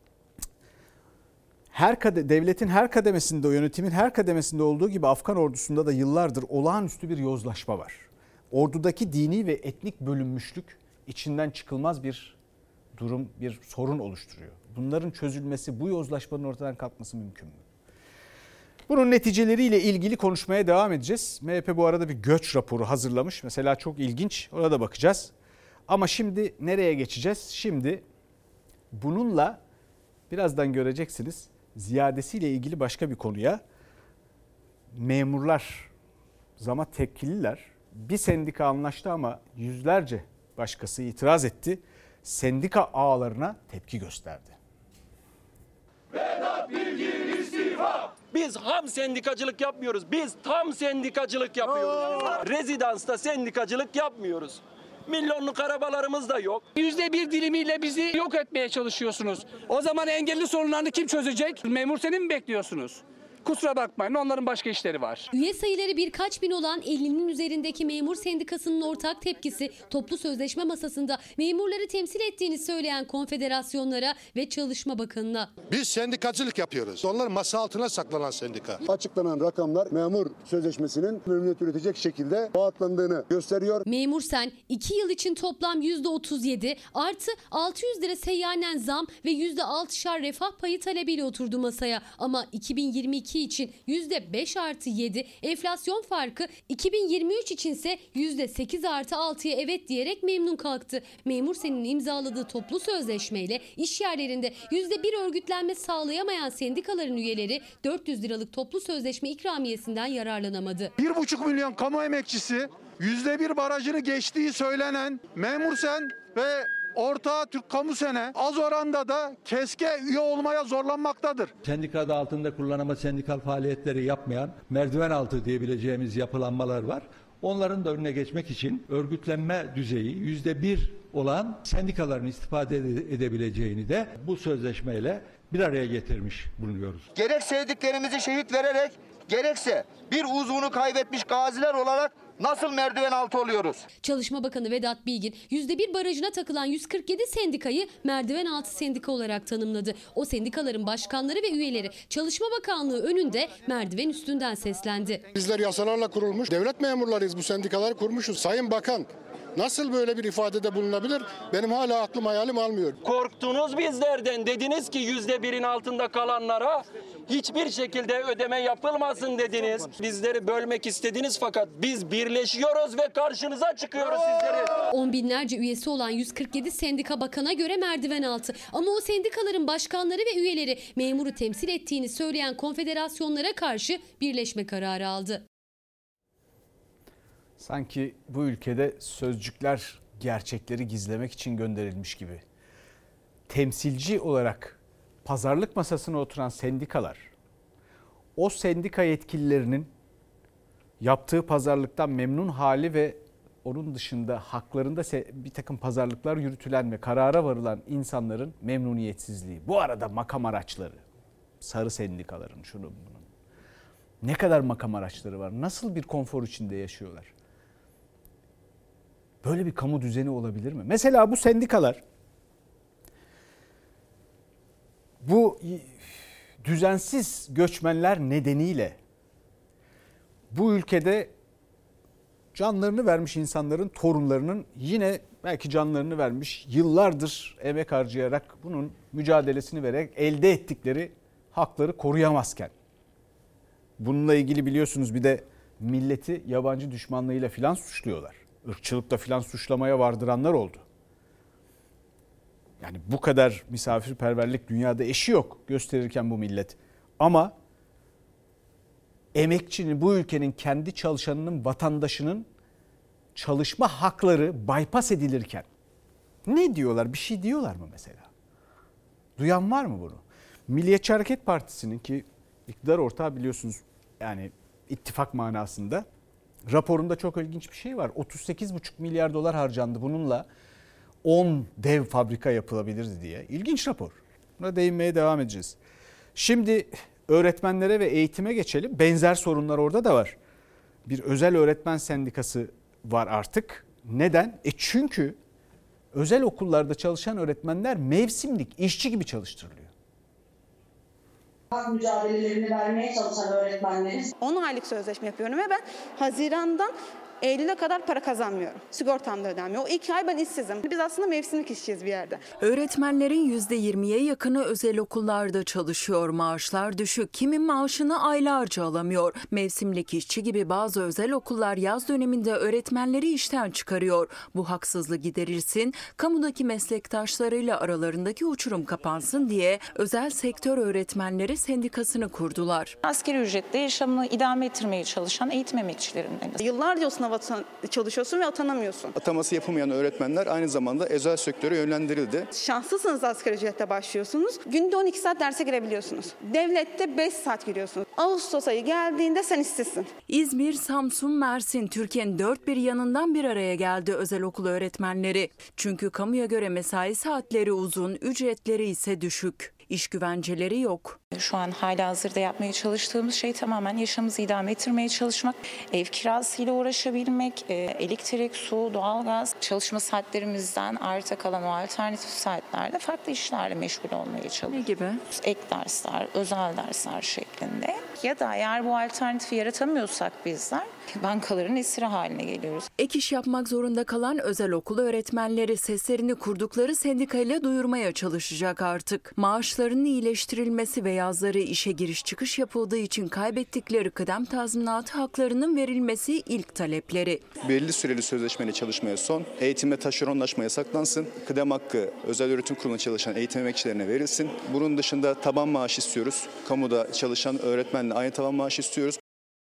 devletin her kademesinde, o yönetimin her kademesinde olduğu gibi Afgan ordusunda da yıllardır olağanüstü bir yozlaşma var. Ordudaki dini ve etnik bölünmüşlük içinden çıkılmaz bir durum, bir sorun oluşturuyor. Bunların çözülmesi, bu yozlaşmanın ortadan kalkması mümkün mü? Bunun neticeleriyle ilgili konuşmaya devam edeceğiz. MHP bu arada bir göç raporu hazırlamış. Mesela çok ilginç, ona da bakacağız. Ama şimdi nereye geçeceğiz? Şimdi bununla birazdan göreceksiniz ziyadesiyle ilgili başka bir konuya. Memurlar, zama tepkililer. Bir sendika anlaştı ama yüzlerce başkası itiraz etti. Sendika ağalarına tepki gösterdi. Vedat Bilgin istifa! Biz ham sendikacılık yapmıyoruz. Biz tam sendikacılık yapıyoruz. Rezidansta sendikacılık yapmıyoruz. Milyonluk arabalarımız da yok. %1 dilimiyle bizi yok etmeye çalışıyorsunuz. O zaman engelli sorunlarını kim çözecek? Memur seni mi bekliyorsunuz? Kusura bakmayın, onların başka işleri var. Üye sayıları birkaç bin olan 50'nin üzerindeki memur sendikasının ortak tepkisi toplu sözleşme masasında memurları temsil ettiğini söyleyen konfederasyonlara ve Çalışma Bakanı'na. Biz sendikacılık yapıyoruz. Onlar masa altına saklanan sendika. Açıklanan rakamlar memur sözleşmesinin memnuniyet üretecek şekilde bağıtlandığını gösteriyor. Memur Sen 2 yıl için toplam %37 artı 600 lira seyyanen zam ve %6'şar refah payı talebiyle oturdu masaya. Ama 2022 için %5+7 enflasyon farkı 2023 içinse %8+6'ya evet diyerek memnun kalktı. Memur Sen'in imzaladığı toplu sözleşmeyle iş yerlerinde %1 örgütlenme sağlayamayan sendikaların üyeleri 400 liralık toplu sözleşme ikramiyesinden yararlanamadı. 1,5 milyon kamu emekçisi %1 barajını geçtiği söylenen Memur Sen ve ortağı Türk Kamu Sen'e az oranda da KESK'e üye olmaya zorlanmaktadır. Sendika adı altında kurulan ama sendikal faaliyetleri yapmayan merdiven altı diyebileceğimiz yapılanmalar var. Onların da önüne geçmek için örgütlenme düzeyi %1 olan sendikaların istifade edebileceğini de bu sözleşmeyle bir araya getirmiş bulunuyoruz. Gerek sevdiklerimizi şehit vererek, gerekse bir uzvunu kaybetmiş gaziler olarak nasıl merdiven altı oluyoruz? Çalışma Bakanı Vedat Bilgin %1 barajına takılan 147 sendikayı merdiven altı sendika olarak tanımladı. O sendikaların başkanları ve üyeleri Çalışma Bakanlığı önünde merdiven üstünden seslendi. Bizler yasalarla kurulmuş devlet memurlarıyız, bu sendikaları kurmuşuz. Sayın Bakan nasıl böyle bir ifadede bulunabilir? Benim hala aklım hayalim almıyor. Korktunuz bizlerden. Dediniz ki %1'in altında kalanlara hiçbir şekilde ödeme yapılmasın dediniz. Bizleri bölmek istediniz fakat biz birleşiyoruz ve karşınıza çıkıyoruz sizleri. On binlerce üyesi olan 147 sendika bakana göre merdiven altı. Ama o sendikaların başkanları ve üyeleri memuru temsil ettiğini söyleyen konfederasyonlara karşı birleşme kararı aldı. Sanki bu ülkede sözcükler gerçekleri gizlemek için gönderilmiş gibi. Temsilci olarak pazarlık masasına oturan sendikalar, o sendika yetkililerinin yaptığı pazarlıktan memnun hali ve onun dışında haklarında bir takım pazarlıklar yürütülen ve karara varılan insanların memnuniyetsizliği. Bu arada makam araçları, sarı sendikaların şunun bunun. Ne kadar makam araçları var? Nasıl bir konfor içinde yaşıyorlar? Böyle bir kamu düzeni olabilir mi? Mesela bu sendikalar bu düzensiz göçmenler nedeniyle bu ülkede canlarını vermiş insanların torunlarının yine belki canlarını vermiş, yıllardır emek harcayarak bunun mücadelesini vererek elde ettikleri hakları koruyamazken, bununla ilgili biliyorsunuz bir de milleti yabancı düşmanlığıyla filan suçluyorlar. Irkçılıkla filan suçlamaya vardıranlar oldu. Yani bu kadar misafirperverlik dünyada eşi yok gösterirken bu millet. Ama emekçinin, bu ülkenin kendi çalışanının, vatandaşının çalışma hakları bypass edilirken ne diyorlar? Bir şey diyorlar mı mesela? Duyan var mı bunu? Milliyetçi Hareket Partisi'nin ki iktidar ortağı biliyorsunuz yani ittifak manasında raporunda çok ilginç bir şey var. 38,5 milyar dolar harcandı bununla 10 dev fabrika yapılabilirdi diye. İlginç rapor. Buna değinmeye devam edeceğiz. Şimdi öğretmenlere ve eğitime geçelim. Benzer sorunlar orada da var. Bir özel öğretmen sendikası var artık. Neden? Çünkü özel okullarda çalışan öğretmenler mevsimlik işçi gibi çalıştırılıyor. Hak mücadelelerini vermeye çalışan öğretmenleriz. 10 aylık sözleşme yapıyorum ve ben Haziran'dan Eylül'e kadar para kazanmıyorum. Sigortam da ödenmiyor. O 2 ay ben işsizim. Biz aslında mevsimlik işçiyiz bir yerde. Öğretmenlerin %20'ye yakını özel okullarda çalışıyor. Maaşlar düşük. Kimin maaşını aylarca alamıyor. Mevsimlik işçi gibi bazı özel okullar yaz döneminde öğretmenleri işten çıkarıyor. Bu haksızlığı giderilsin, kamudaki meslektaşlarıyla aralarındaki uçurum kapansın diye özel sektör öğretmenleri sendikasını kurdular. Asgari ücretle yaşamını idame ettirmeye çalışan eğitim emekçilerinin. Yıllarca o sınava çalışıyorsun ve atanamıyorsun. Ataması yapılmayan öğretmenler aynı zamanda özel sektöre yönlendirildi. Şanslısınız, asgari ücrette başlıyorsunuz. Günde 12 saat derse girebiliyorsunuz. Devlette 5 saat giriyorsunuz. Ağustos ayı geldiğinde sen işsizsin. İzmir, Samsun, Mersin, Türkiye'nin dört bir yanından bir araya geldi özel okul öğretmenleri. Çünkü kamuya göre mesai saatleri uzun, ücretleri ise düşük. İş güvenceleri yok. Şu an halihazırda yapmaya çalıştığımız şey tamamen yaşamımızı idame ettirmeye çalışmak, ev kirasıyla uğraşabilmek, elektrik, su, doğalgaz, çalışma saatlerimizden arta kalan o alternatif saatlerde farklı işlerle meşgul olmaya çalışıyoruz. Ne gibi? Ek dersler, özel dersler şeklinde. Ya da eğer bu alternatifi yaratamıyorsak bizler bankaların esiri haline geliyoruz. Ek iş yapmak zorunda kalan özel okul öğretmenleri seslerini kurdukları sendikayla duyurmaya çalışacak artık. Maaşlarının iyileştirilmesi ve yazları işe giriş çıkış yapıldığı için kaybettikleri kıdem tazminatı haklarının verilmesi ilk talepleri. Belli süreli sözleşmeli çalışmaya son, eğitime taşeronlaşma yasaklansın, kıdem hakkı özel öğretim kurulunda çalışan eğitim emekçilerine verilsin. Bunun dışında taban maaş istiyoruz. Kamuda çalışan öğretmenle aynı taban maaş istiyoruz.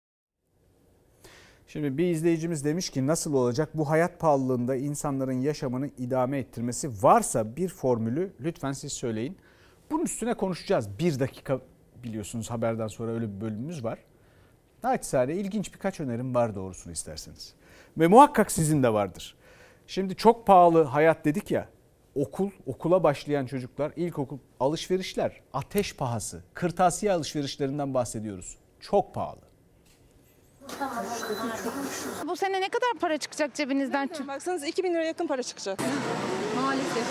Şimdi bir izleyicimiz demiş ki nasıl olacak bu hayat pahalılığında insanların yaşamını idame ettirmesi, varsa bir formülü lütfen siz söyleyin. Bunun üstüne konuşacağız. 1 dakika biliyorsunuz haberden sonra öyle bir bölümümüz var. Naçizane ilginç birkaç önerim var doğrusunu isterseniz. Ve muhakkak sizin de vardır. Şimdi çok pahalı hayat dedik ya, okula başlayan çocuklar, ilkokul alışverişler, ateş pahası, kırtasiye alışverişlerinden bahsediyoruz. Çok pahalı. Bu sene ne kadar para çıkacak cebinizden? Baksanız 2.000 liraya yakın para çıkacak. Maalesef.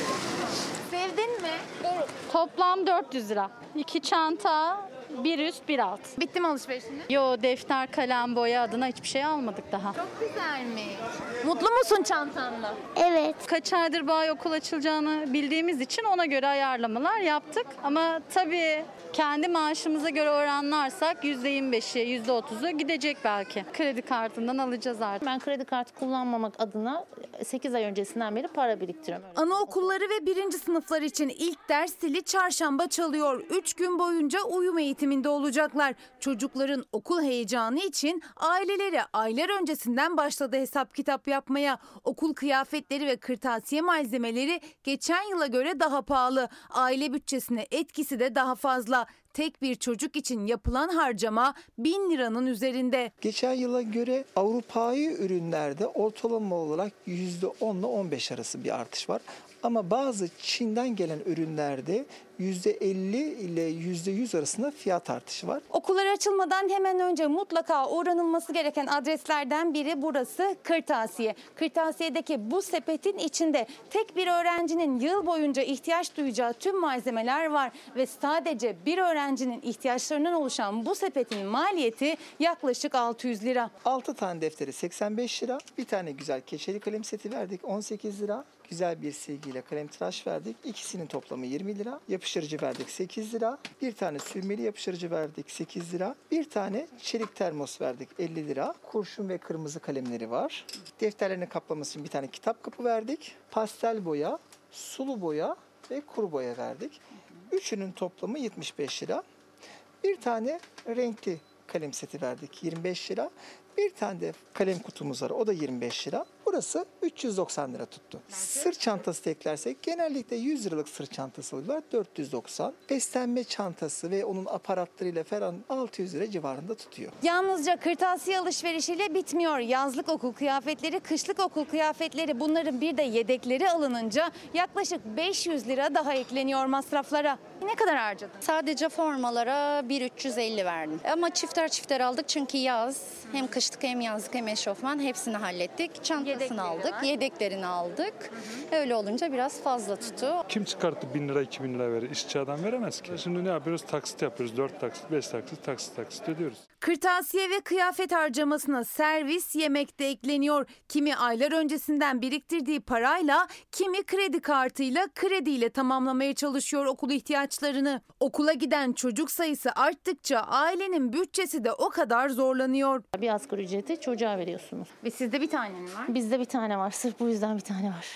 Sevdin mi? Toplam 400 lira. 2 çanta, bir üst, bir alt. Bitti mi alışverişiniz? Yo, defter, kalem, boya adına hiçbir şey almadık daha. Çok güzelmiş. Mutlu musun çantanla? Evet. Kaç aydır bağ okul açılacağını bildiğimiz için ona göre ayarlamalar yaptık. Ama tabii kendi maaşımıza göre oranlarsak %25'i, %30'u gidecek belki. Kredi kartından alacağız artık. Ben kredi kartı kullanmamak adına 8 ay öncesinden beri para biriktiriyorum. Anaokulları ve 1. sınıflar için ilk ders zili çarşamba çalıyor. 3 gün boyunca uyum eğitiminde olacaklar. Çocukların okul heyecanı için aileleri aylar öncesinden başladı hesap kitap yapmaya. Okul kıyafetleri ve kırtasiye malzemeleri geçen yıla göre daha pahalı. Aile bütçesine etkisi de daha fazla. Tek bir çocuk için yapılan harcama 1000 liranın üzerinde. Geçen yıla göre Avrupa'yı ürünlerde ortalama olarak %10 ile 15 arası bir artış var. Ama bazı Çin'den gelen ürünlerde %50 ile %100 arasında fiyat artışı var. Okullar açılmadan hemen önce mutlaka uğranılması gereken adreslerden biri burası kırtasiye. Kırtasiyedeki bu sepetin içinde tek bir öğrencinin yıl boyunca ihtiyaç duyacağı tüm malzemeler var ve sadece bir öğrencinin ihtiyaçlarından oluşan bu sepetin maliyeti yaklaşık 600 lira. 6 tane defteri 85 lira, bir tane güzel keçeli kalem seti verdik 18 lira. Güzel bir silgiyle kalem tıraş verdik. İkisinin toplamı 20 lira. Yapıştırıcı verdik 8 lira. Bir tane sürmeli yapıştırıcı verdik 8 lira. Bir tane çelik termos verdik 50 lira. Kurşun ve kırmızı kalemleri var. Defterlerini kaplaması için bir tane kitap kapı verdik. Pastel boya, sulu boya ve kuru boya verdik. Üçünün toplamı 75 lira. Bir tane renkli kalem seti verdik 25 lira. Bir tane de kalem kutumuz var, o da 25 lira. Burası 390 lira tuttu. Sırt çantası da eklersek genellikle 100 liralık sırt çantası oluyorlar 490. Beslenme çantası ve onun aparatlarıyla falan 600 lira civarında tutuyor. Yalnızca kırtasiye alışverişiyle bitmiyor. Yazlık okul kıyafetleri, kışlık okul kıyafetleri, bunların bir de yedekleri alınınca yaklaşık 500 lira daha ekleniyor masraflara. Ne kadar harcadın? Sadece formalara 1.350 verdim. Ama çifter aldık çünkü yaz. Hem kışlık hem yazlık hem eşofman hepsini hallettik. Çantasını aldık, yedeklerini aldık. Öyle olunca biraz fazla tuttu. Kim çıkarttı 1000 lira 2000 lira verir? İşçi adam veremez ki. Şimdi ne yapıyoruz? Taksit yapıyoruz. 4 taksit, 5 taksit, taksit ödüyoruz. Kırtasiye ve kıyafet harcamasına servis, yemek de ekleniyor. Kimi aylar öncesinden biriktirdiği parayla, kimi kredi kartıyla, krediyle tamamlamaya çalışıyor okul ihtiyaçlarını. Okula giden çocuk sayısı arttıkça ailenin bütçesi de o kadar zorlanıyor. Bir asgari ücreti çocuğa veriyorsunuz. Ve sizde bir tane mi var? Bizde bir tane var. Sırf bu yüzden bir tane var.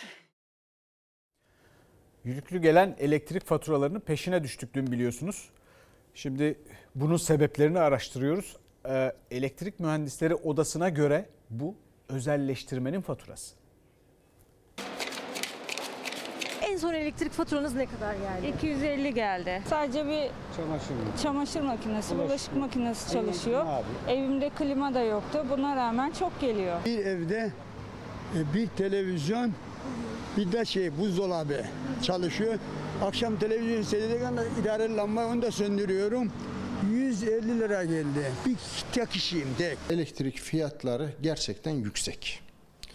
Yüklü gelen elektrik faturalarının peşine düştük dün biliyorsunuz. Şimdi bunun sebeplerini araştırıyoruz. Elektrik Mühendisleri Odası'na göre bu özelleştirmenin faturası. En son elektrik faturanız ne kadar geldi? 250 geldi. Sadece bir çamaşır makinesi, bulaşık makinesi çalışıyor. Evimde klima da yoktu. Buna rağmen çok geliyor. Bir evde bir televizyon, bir de buzdolabı çalışıyor. Akşam televizyon seyrederken idareli lamba, onu da söndürüyorum. 150 lira geldi. Bir tek kişiyim tek. Elektrik fiyatları gerçekten yüksek.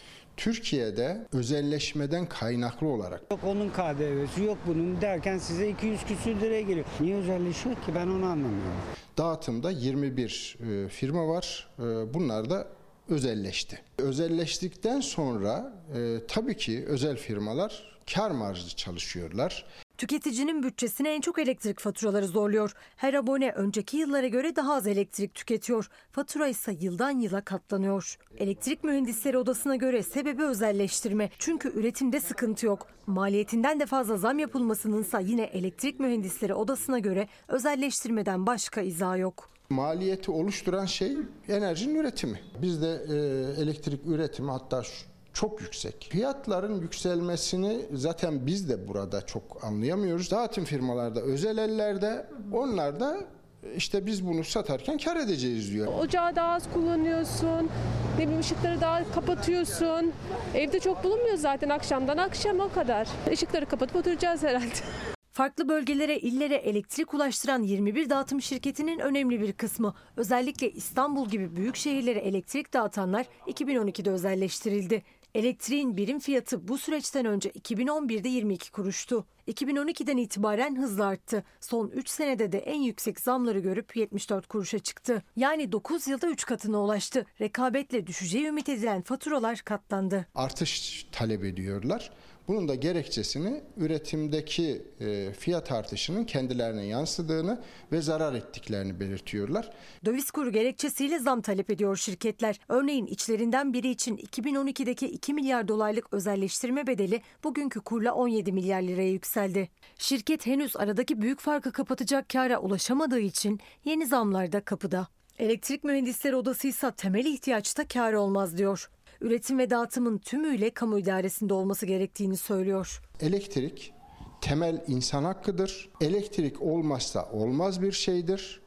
Türkiye'de özelleşmeden kaynaklı olarak. Yok onun KDV'si, yok bunun derken size 200 küsür liraya geliyor. Niye özelleşiyor ki, ben onu anlamıyorum. Dağıtımda 21 firma var. Bunlar da özelleşti. Özelleştikten sonra tabii ki özel firmalar kar marjlı çalışıyorlar. Tüketicinin bütçesine en çok elektrik faturaları zorluyor. Her abone önceki yıllara göre daha az elektrik tüketiyor. Fatura ise yıldan yıla katlanıyor. Elektrik Mühendisleri Odası'na göre sebebi özelleştirme. Çünkü üretimde sıkıntı yok. Maliyetinden de fazla zam yapılmasınınsa yine Elektrik Mühendisleri Odası'na göre özelleştirmeden başka izah yok. Maliyeti oluşturan şey enerjinin üretimi. Bizde elektrik üretimi hatta çok yüksek. Fiyatların yükselmesini zaten biz de burada çok anlayamıyoruz. Dağıtım firmalarda özel ellerde, onlar da işte biz bunu satarken kar edeceğiz diyor. Ocağı daha az kullanıyorsun, ne bileyim ışıkları daha kapatıyorsun. Evde çok bulunmuyor zaten akşamdan akşam o kadar. Işıkları kapatıp oturacağız herhalde. Farklı bölgelere, illere elektrik ulaştıran 21 dağıtım şirketinin önemli bir kısmı. Özellikle İstanbul gibi büyük şehirlere elektrik dağıtanlar 2012'de özelleştirildi. Elektriğin birim fiyatı bu süreçten önce 2011'de 22 kuruştu. 2012'den itibaren hızla arttı. Son 3 senede de en yüksek zamları görüp 74 kuruşa çıktı. Yani 9 yılda 3 katına ulaştı. Rekabetle düşeceği ümit edilen faturalar katlandı. Artış talep ediyorlar. Bunun da gerekçesini üretimdeki fiyat artışının kendilerine yansıdığını ve zarar ettiklerini belirtiyorlar. Döviz kuru gerekçesiyle zam talep ediyor şirketler. Örneğin içlerinden biri için 2012'deki 2 milyar dolarlık özelleştirme bedeli bugünkü kurla 17 milyar liraya yükseldi. Şirket henüz aradaki büyük farkı kapatacak kâra ulaşamadığı için yeni zamlar da kapıda. Elektrik Mühendisleri Odası ise temel ihtiyaçta kâr olmaz diyor. Üretim ve dağıtımın tümüyle kamu idaresinde olması gerektiğini söylüyor. Elektrik temel insan hakkıdır. Elektrik olmazsa olmaz bir şeydir.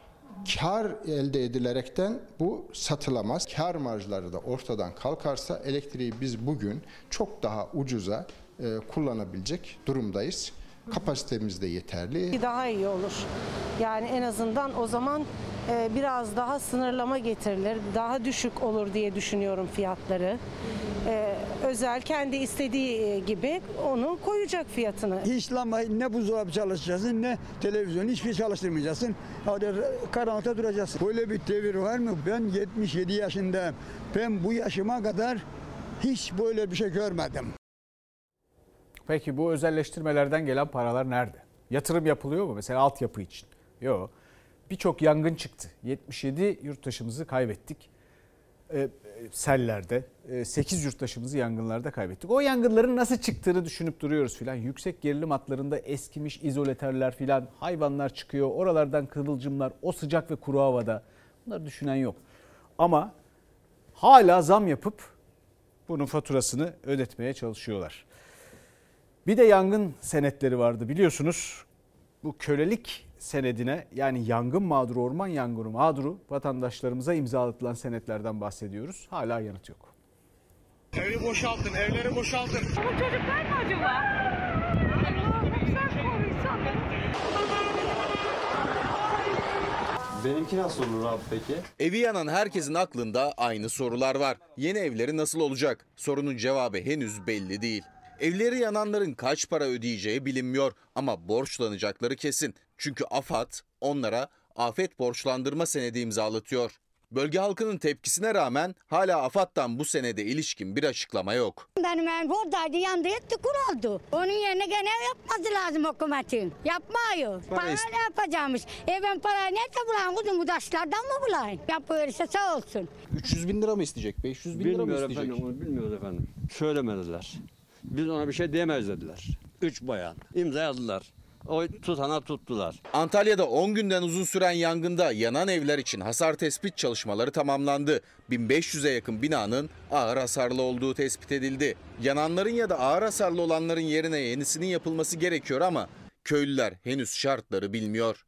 Kar elde edilerekten bu satılamaz. Kar marjları da ortadan kalkarsa elektriği biz bugün çok daha ucuza kullanabilecek durumdayız. Kapasitemiz de yeterli. Daha iyi olur. Yani en azından o zaman biraz daha sınırlama getirilir. Daha düşük olur diye düşünüyorum fiyatları. Özel kendi istediği gibi onu koyacak fiyatını. Hiç lamba, ne buzdolabı çalışacaksın, ne televizyon, hiçbir şey çalıştırmayacaksın. Karanlıkta duracaksın. Böyle bir devir var mı? Ben 77 yaşındayım. Ben bu yaşıma kadar hiç böyle bir şey görmedim. Peki bu özelleştirmelerden gelen paralar nerede? Yatırım yapılıyor mu? Mesela altyapı için. Yok. Birçok yangın çıktı. 77 yurttaşımızı kaybettik. Sellerde. 8 yurttaşımızı yangınlarda kaybettik. O yangınların nasıl çıktığını düşünüp duruyoruz filan. Yüksek gerilim hatlarında eskimiş izolatörler filan, hayvanlar çıkıyor. Oralardan kıvılcımlar, o sıcak ve kuru havada. Bunları düşünen yok. Ama hala zam yapıp bunun faturasını ödetmeye çalışıyorlar. Bir de yangın senetleri vardı biliyorsunuz. Bu kölelik senedine, yani yangın mağduru, orman yangını mağduru vatandaşlarımıza imzalatılan senetlerden bahsediyoruz. Hala yanıt yok. Evi boşaltın, evleri boşaltın. Bu çocuklar mı acaba? Benimki nasıl olur abi peki? Evi yanan herkesin aklında aynı sorular var. Yeni evleri nasıl olacak? Sorunun cevabı henüz belli değil. Evleri yananların kaç para ödeyeceği bilinmiyor ama borçlanacakları kesin. Çünkü AFAD onlara afet borçlandırma senedi imzalatıyor. Bölge halkının tepkisine rağmen hala AFAD'dan bu senede ilişkin bir açıklama yok. Benim evim buradaydı, yandı, etti, kuruldu. Onun yerine gene yapması lazım hükümetin. Yapmıyor. Parayla yapacakmış. Ben parayı nerede bulayım kuzum? Bu taşlardan mı bulayım? Yapıyorsa sağ olsun. 300 bin lira mı isteyecek? 500 bin lira mı isteyecek? Efendim, onu bilmiyoruz efendim. Söylemediler. Biz ona bir şey diyemez dediler. 3 bayan imzaladılar. O tutana tuttular. Antalya'da 10 günden uzun süren yangında yanan evler için hasar tespit çalışmaları tamamlandı. 1500'e yakın binanın ağır hasarlı olduğu tespit edildi. Yananların ya da ağır hasarlı olanların yerine yenisinin yapılması gerekiyor ama köylüler henüz şartları bilmiyor.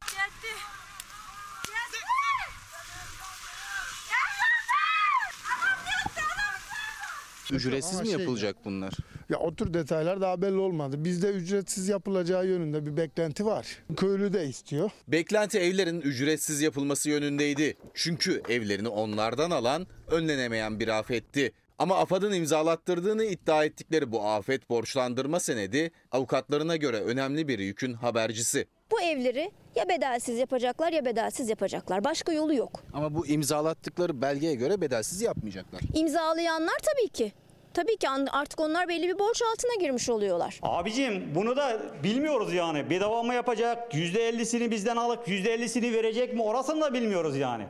Ücretsiz mi yapılacak bunlar? Ya o tür detaylar daha belli olmadı. Bizde ücretsiz yapılacağı yönünde bir beklenti var. Köylü de istiyor. Beklenti evlerin ücretsiz yapılması yönündeydi. Çünkü evlerini onlardan alan önlenemeyen bir afetti. Ama AFAD'ın imzalattırdığını iddia ettikleri bu afet borçlandırma senedi avukatlarına göre önemli bir yükün habercisi. Bu evleri ya bedelsiz yapacaklar ya bedelsiz yapacaklar. Başka yolu yok. Ama bu imzalattıkları belgeye göre bedelsiz yapmayacaklar. İmzalayanlar tabii ki. Tabii ki artık onlar belli bir borç altına girmiş oluyorlar. Abicim bunu da bilmiyoruz yani. Bedava mı yapacak? %50'sini bizden alıp %50'sini verecek mi? Orasını da bilmiyoruz yani.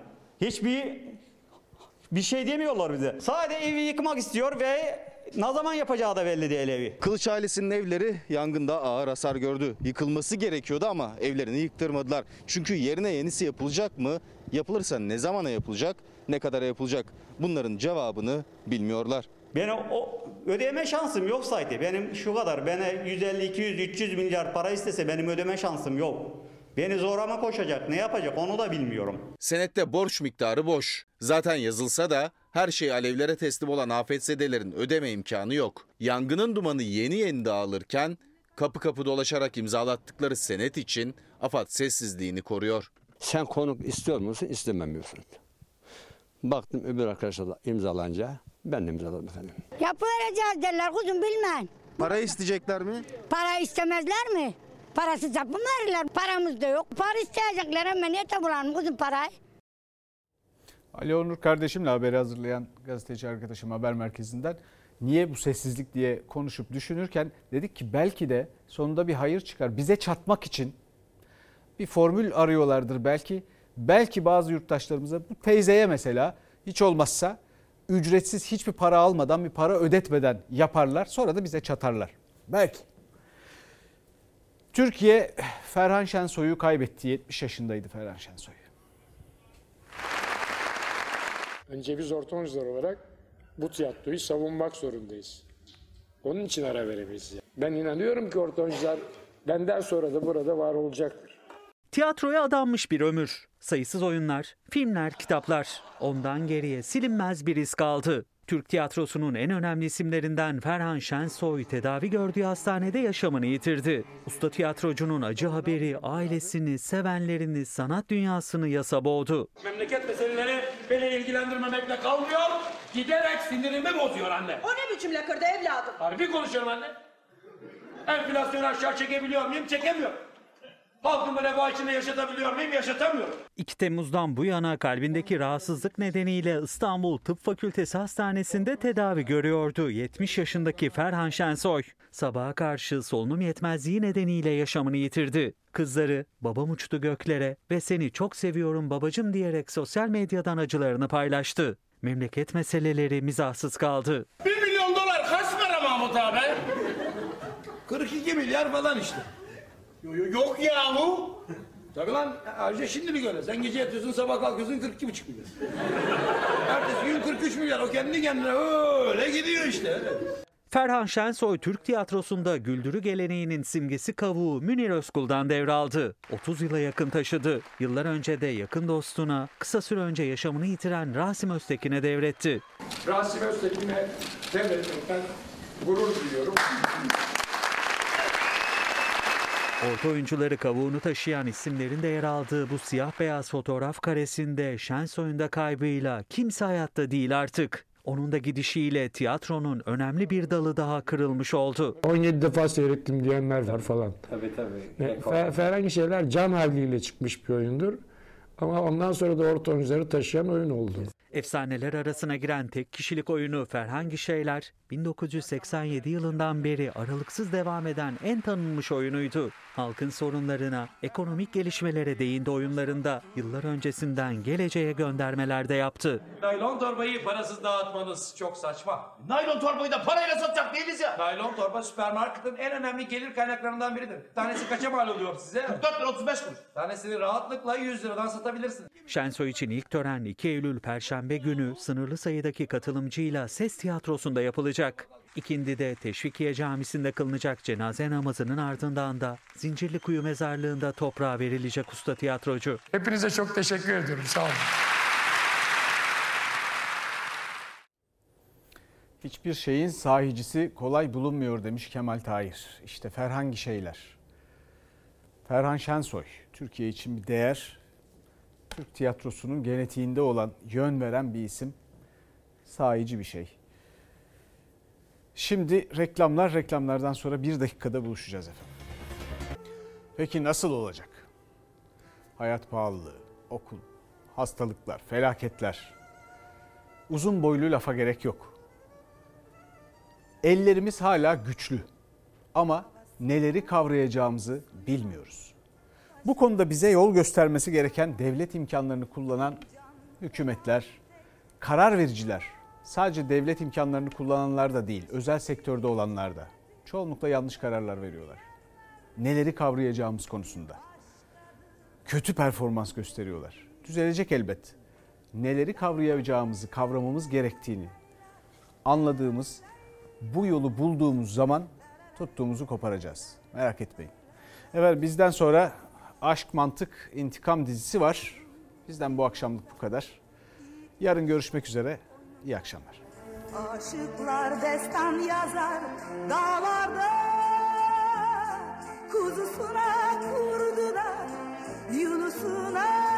Bir şey demiyorlar bize. Sadece evi yıkmak istiyor ve ne zaman yapacağı da belli değil evi. Kılıç ailesinin evleri yangında ağır hasar gördü. Yıkılması gerekiyordu ama evlerini yıktırmadılar. Çünkü yerine yenisi yapılacak mı? Yapılırsa ne zamana yapılacak? Ne kadara yapılacak? Bunların cevabını bilmiyorlar. Benim o ödeme şansım yok zaten. Benim şu kadar. Bana 150, 200, 300 milyar para istese benim ödeme şansım yok. Beni zora mı koşacak, ne yapacak onu da bilmiyorum. Senette borç miktarı boş. Zaten yazılsa da her şey alevlere teslim olan afetzedelerin ödeme imkanı yok. Yangının dumanı yeni dağılırken kapı kapı dolaşarak imzalattıkları senet için AFAD sessizliğini koruyor. Sen konuk istiyor musun, istemiyorsun. Baktım öbür arkadaşlar da imzalanınca ben de imzaladım efendim. Yapıvereceğiz derler kuzum bilmem. Para isteyecekler mi? Para istemezler mi? Parasız yapı mı verirler? Paramız da yok. Para isteyecekler ama nerede bulalım kuzum parayı? Ali Onur kardeşimle haberi hazırlayan gazeteci arkadaşım haber merkezinden niye bu sessizlik diye konuşup düşünürken dedik ki belki de sonunda bir hayır çıkar. Bize çatmak için bir formül arıyorlardır belki. Belki bazı yurttaşlarımıza bu teyzeye mesela hiç olmazsa ücretsiz hiçbir para almadan bir para ödetmeden yaparlar. Sonra da bize çatarlar. Belki. Türkiye Ferhan Şensoy'u kaybetti. 70 yaşındaydı Ferhan Şensoy. Önce biz orta oyuncular olarak bu tiyatroyu savunmak zorundayız. Onun için ara veremeyiz. Ben inanıyorum ki orta oyuncular benden sonra da burada var olacaktır. Tiyatroya adanmış bir ömür. Sayısız oyunlar, filmler, kitaplar. Ondan geriye silinmez bir iz kaldı. Türk tiyatrosunun en önemli isimlerinden Ferhan Şensoy tedavi gördüğü hastanede yaşamını yitirdi. Usta tiyatrocunun acı haberi ailesini, sevenlerini, sanat dünyasını yasa boğdu. Memleket meseleleri beni ilgilendirmemekle kalmıyor, giderek sinirimi bozuyor anne. O ne biçim lakırdı evladım? Harbi konuşuyorum anne. Enflasyonu aşağı çekebiliyor muyum? Çekemiyorum. Halkımı refah içinde yaşatabiliyor muyum? Yaşatamıyorum. 2 Temmuz'dan bu yana kalbindeki rahatsızlık nedeniyle İstanbul Tıp Fakültesi Hastanesi'nde tedavi görüyordu 70 yaşındaki Ferhan Şensoy. Sabaha karşı solunum yetmezliği nedeniyle yaşamını yitirdi. Kızları babam uçtu göklere ve seni çok seviyorum babacım diyerek sosyal medyadan acılarını paylaştı. Memleket meseleleri mizahsız kaldı. 1 milyon dolar kaç para Mahmut abi? 42 milyar falan işte. Yok yahu. Tabii lan harca şimdilik öyle. Sen gece yatıyorsun sabah kalkıyorsun 42,5 milyar. Ertesi gün 43 milyar o kendi kendine öyle gidiyor işte. Ferhan Şensoy Türk tiyatrosunda güldürü geleneğinin simgesi kavuğu Münir Özkul'dan devraldı. 30 yıla yakın taşıdı. Yıllar önce de yakın dostuna, kısa süre önce yaşamını yitiren Rasim Öztekin'e devretti. Rasim Öztekin'e devretmekten gurur duyuyorum. Orta oyuncuları kavuğunu taşıyan isimlerin de yer aldığı bu siyah beyaz fotoğraf karesinde Şensoy'un da kaybıyla kimse hayatta değil artık. Onun da gidişiyle tiyatronun önemli bir dalı daha kırılmış oldu. 17 defa seyrettim diyenler var falan. Tabii. Herhangi şeyler can havliyle çıkmış bir oyundur. Ama ondan sonra da orta oyuncuları taşıyan oyun oldu. Efsaneler arasına giren tek kişilik oyunu Ferhan Gişeyler, 1987 yılından beri aralıksız devam eden en tanınmış oyunuydu. Halkın sorunlarına, ekonomik gelişmelere değindi oyunlarında, yıllar öncesinden geleceğe göndermeler de yaptı. Naylon torbayı parasız dağıtmanız çok saçma. Naylon torbayı da parayla satacak değiliz ya. Naylon torba süpermarketin en önemli gelir kaynaklarından biridir. Tanesi kaça mal oluyor size? 44 lira 35 kuruş. Tanesini rahatlıkla 100 liradan satabilirsiniz. Şensoy için ilk tören 2 Eylül Perşembe günü sınırlı sayıdaki katılımcıyla Ses Tiyatrosu'nda yapılacak. İkindi'de Teşvikiye Camisi'nde kılınacak cenaze namazının ardından da Zincirlikuyu Mezarlığı'nda toprağa verilecek usta tiyatrocu. Hepinize çok teşekkür ediyorum. Sağ olun. Hiçbir şeyin sahicisi kolay bulunmuyor demiş Kemal Tahir. İşte Ferhan Gişeyler. Ferhan Şensoy, Türkiye için bir değer. Türk tiyatrosunun genetiğinde olan, yön veren bir isim. Sahici bir şey. Şimdi reklamlardan sonra 1 dakikada buluşacağız efendim. Peki nasıl olacak? Hayat pahalılığı, okul, hastalıklar, felaketler. Uzun boylu lafa gerek yok. Ellerimiz hala güçlü ama neleri kavrayacağımızı bilmiyoruz. Bu konuda bize yol göstermesi gereken devlet imkanlarını kullanan hükümetler, karar vericiler, sadece devlet imkanlarını kullananlar da değil, özel sektörde olanlar da çoğunlukla yanlış kararlar veriyorlar. Neleri kavrayacağımız konusunda kötü performans gösteriyorlar. Düzelecek elbet. Neleri kavrayacağımızı, kavramamız gerektiğini anladığımız, bu yolu bulduğumuz zaman tuttuğumuzu koparacağız. Merak etmeyin. Evet, bizden sonra Aşk, Mantık, İntikam dizisi var. Bizden bu akşamlık bu kadar. Yarın görüşmek üzere. İyi akşamlar. Aşıklar destan yazar dağlarda, kuzusuna kurdular Yunus'una.